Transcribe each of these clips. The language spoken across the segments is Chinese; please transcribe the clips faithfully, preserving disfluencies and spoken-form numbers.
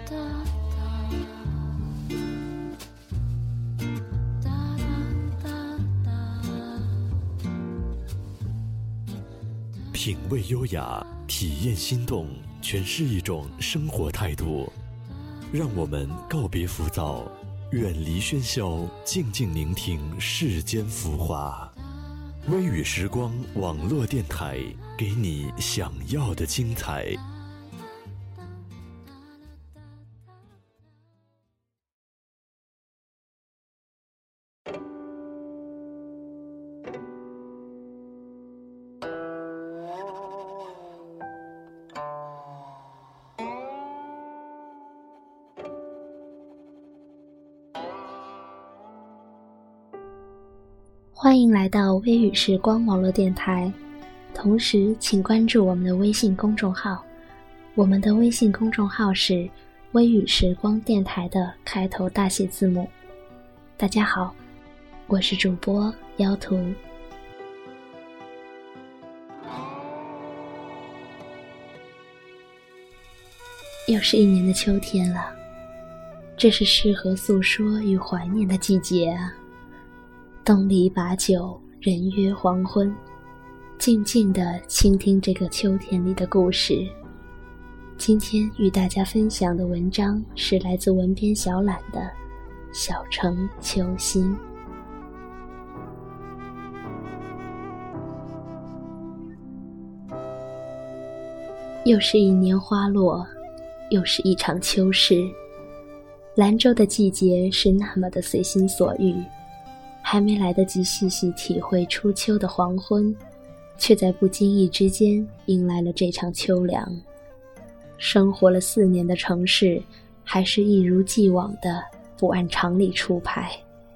品味优雅，体验心动，全是一种生活态度。让我们告别浮躁，远离喧嚣，静静聆听世间浮华。微雨时光网络电台，给你想要的精彩。 欢迎来到微雨时光网络电台，同时请关注我们的微信公众号，我们的微信公众号是微雨时光电台的开头大写字母。大家好，我是主播妖图。又是一年的秋天了，这是适合诉说与怀念的季节啊。东篱把酒，人约黄昏，静静地倾听这个秋天里的故事。今天与大家分享的文章是来自文编小懒的《小城秋心》。又是一年花落，又是一场秋逝。兰州的季节是那么的随心所欲，还没来得及细细体会初秋的黄昏，却在不经意之间迎来了这场秋凉。生活了四年的城市，还是一如既往的不按常理出牌。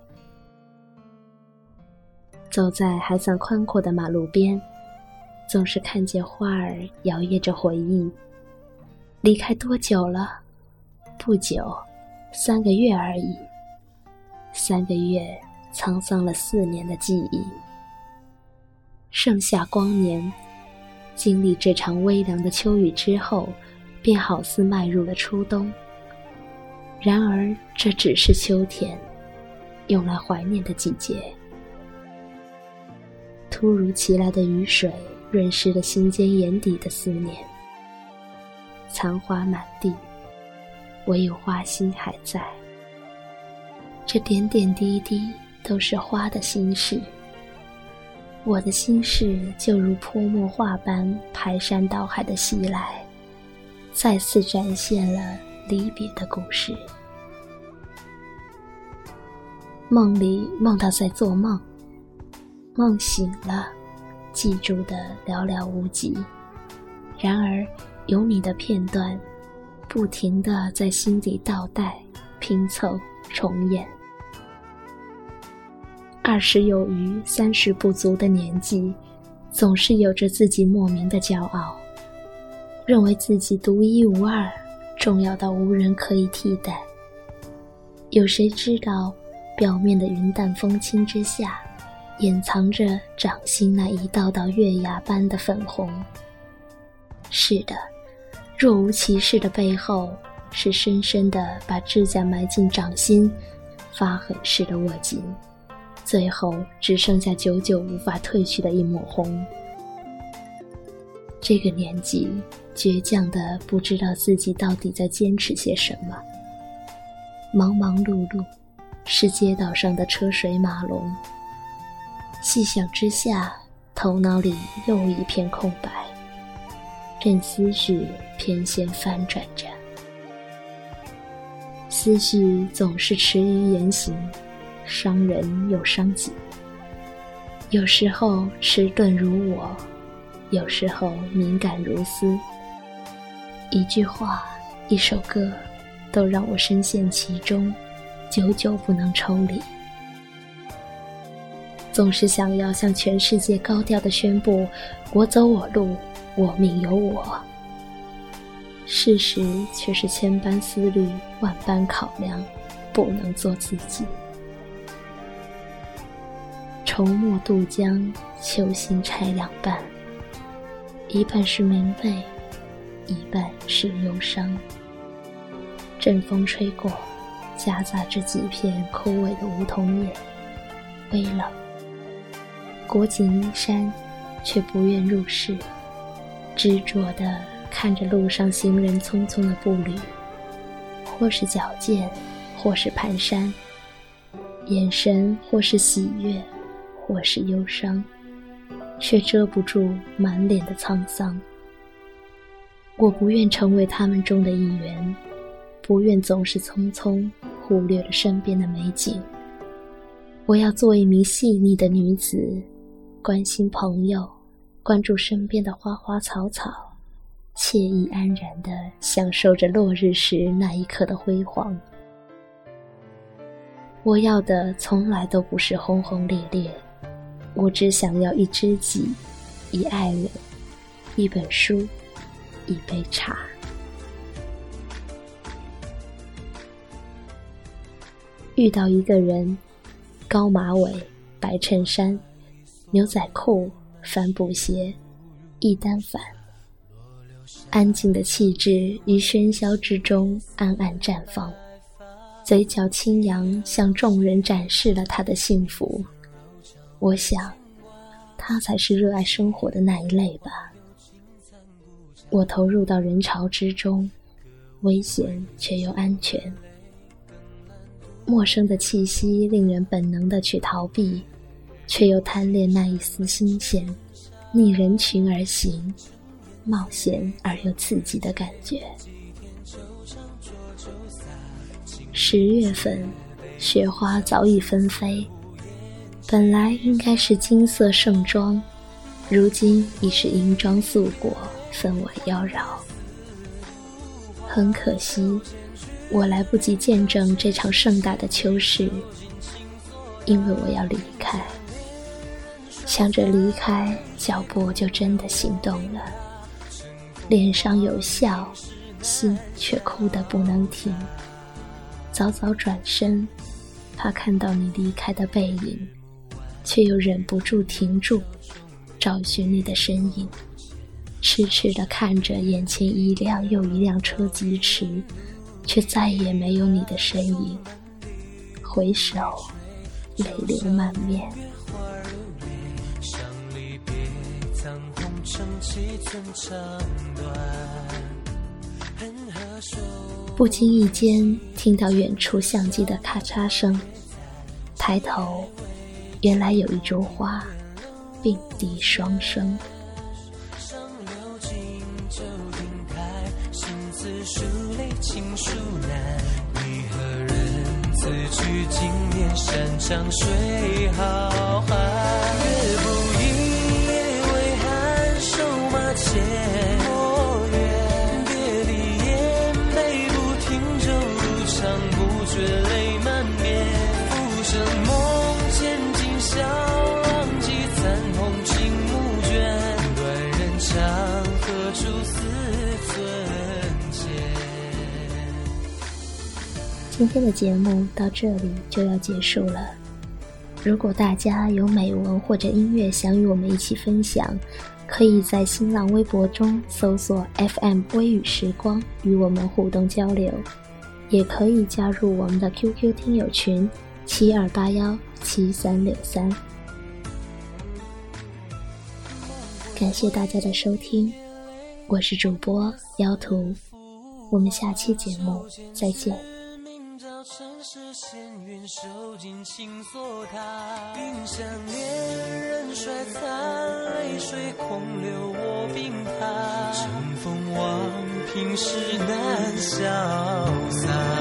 走在还算宽阔的马路边，总是看见花儿摇曳着回忆。离开多久了？不久，三个月而已。三个月沧桑了四年的记忆。盛夏光年，经历这场微凉的秋雨之后，便好似迈入了初冬。然而这只是秋天，用来怀念的季节。突如其来的雨水润湿了心间眼底的思念。残花满地，唯有花心还在。这点点滴滴都是花的心事，我的心事就如泼墨画般排山倒海的袭来，再次展现了离别的故事。梦里梦到在做梦，梦醒了，记住的寥寥无几。然而有你的片段，不停地在心底倒带、拼凑、重演。二十有余，三十不足的年纪，总是有着自己莫名的骄傲，认为自己独一无二，重要到无人可以替代。有谁知道，表面的云淡风轻之下，掩藏着掌心那一道道月牙般的粉红。是的，若无其事的背后，是深深地把指甲埋进掌心，发狠似的握紧，最后只剩下久久无法褪去的一抹红。这个年纪，倔强的不知道自己到底在坚持些什么。忙忙碌碌，是街道上的车水马龙。细想之下，头脑里又一片空白，任思绪偏跹翻转着。思绪总是迟疑言行，伤人又伤己。有时候迟钝如我，有时候敏感如斯。一句话，一首歌，都让我深陷其中，久久不能抽离。总是想要向全世界高调地宣布，我走我路，我命由我。事实却是千般思虑，万般考量，不能做自己。愁墨渡江，秋心拆两半，一半是明媚，一半是忧伤。这阵风吹过，夹杂着几片枯萎的梧桐叶，微冷。裹紧衣衫，却不愿入室，执着地看着路上行人匆匆的步履，或是矫健，或是蹒跚，眼神或是喜悦，或是忧伤，却遮不住满脸的沧桑。我不愿成为他们中的一员，不愿总是匆匆忽略了身边的美景。我要做一名细腻的女子，关心朋友，关注身边的花花草草，惬意安然地享受着落日时那一刻的辉煌。我要的从来都不是轰轰烈烈，我只想要一知己，一爱人，一本书，一杯茶。遇到一个人，高马尾，白衬衫，牛仔裤，帆布鞋，一单反，安静的气质于喧嚣之中暗暗绽放，嘴角轻扬，向众人展示了他的幸福。我想他才是热爱生活的那一类吧。我投入到人潮之中，危险却又安全。陌生的气息令人本能地去逃避，却又贪恋那一丝新鲜，逆人群而行，冒险而又刺激的感觉。十月份，雪花早已纷飞，本来应该是金色盛装，如今已是银装素裹，分外妖娆。很可惜，我来不及见证这场盛大的秋市，因为我要离开。想着离开，脚步就真的行动了，脸上有笑，心却哭得不能停。早早转身，怕看到你离开的背影，却又忍不住停住，找寻你的身影。痴痴地看着眼前一辆又一辆车疾驰，却再也没有你的身影。回首，泪流满面。不经意间听到远处相机的咔嚓声，抬头，原来有一株花并蒂双生。 去经年山长水浩瀚，月不应，夜未寒，瘦马牵我远，别离眼，眉不停，骤如长，不觉泪满面。浮生梦，千金笑，浪迹残红，情目卷，断人肠，何处似尊前。 今天的节目到这里就要结束了。如果大家有美文或者音乐想与我们一起分享，可以在新浪微博中搜索 F M 微雨时光与我们互动交流，也可以加入我们的 Q Q 听友群七二八一七三六三。感谢大家的收听，我是主播妖图，我们下期节目再见。 尘世闲云，受尽情锁他，并相恋人衰残，泪水空流我病榻，乘风望平时难潇洒。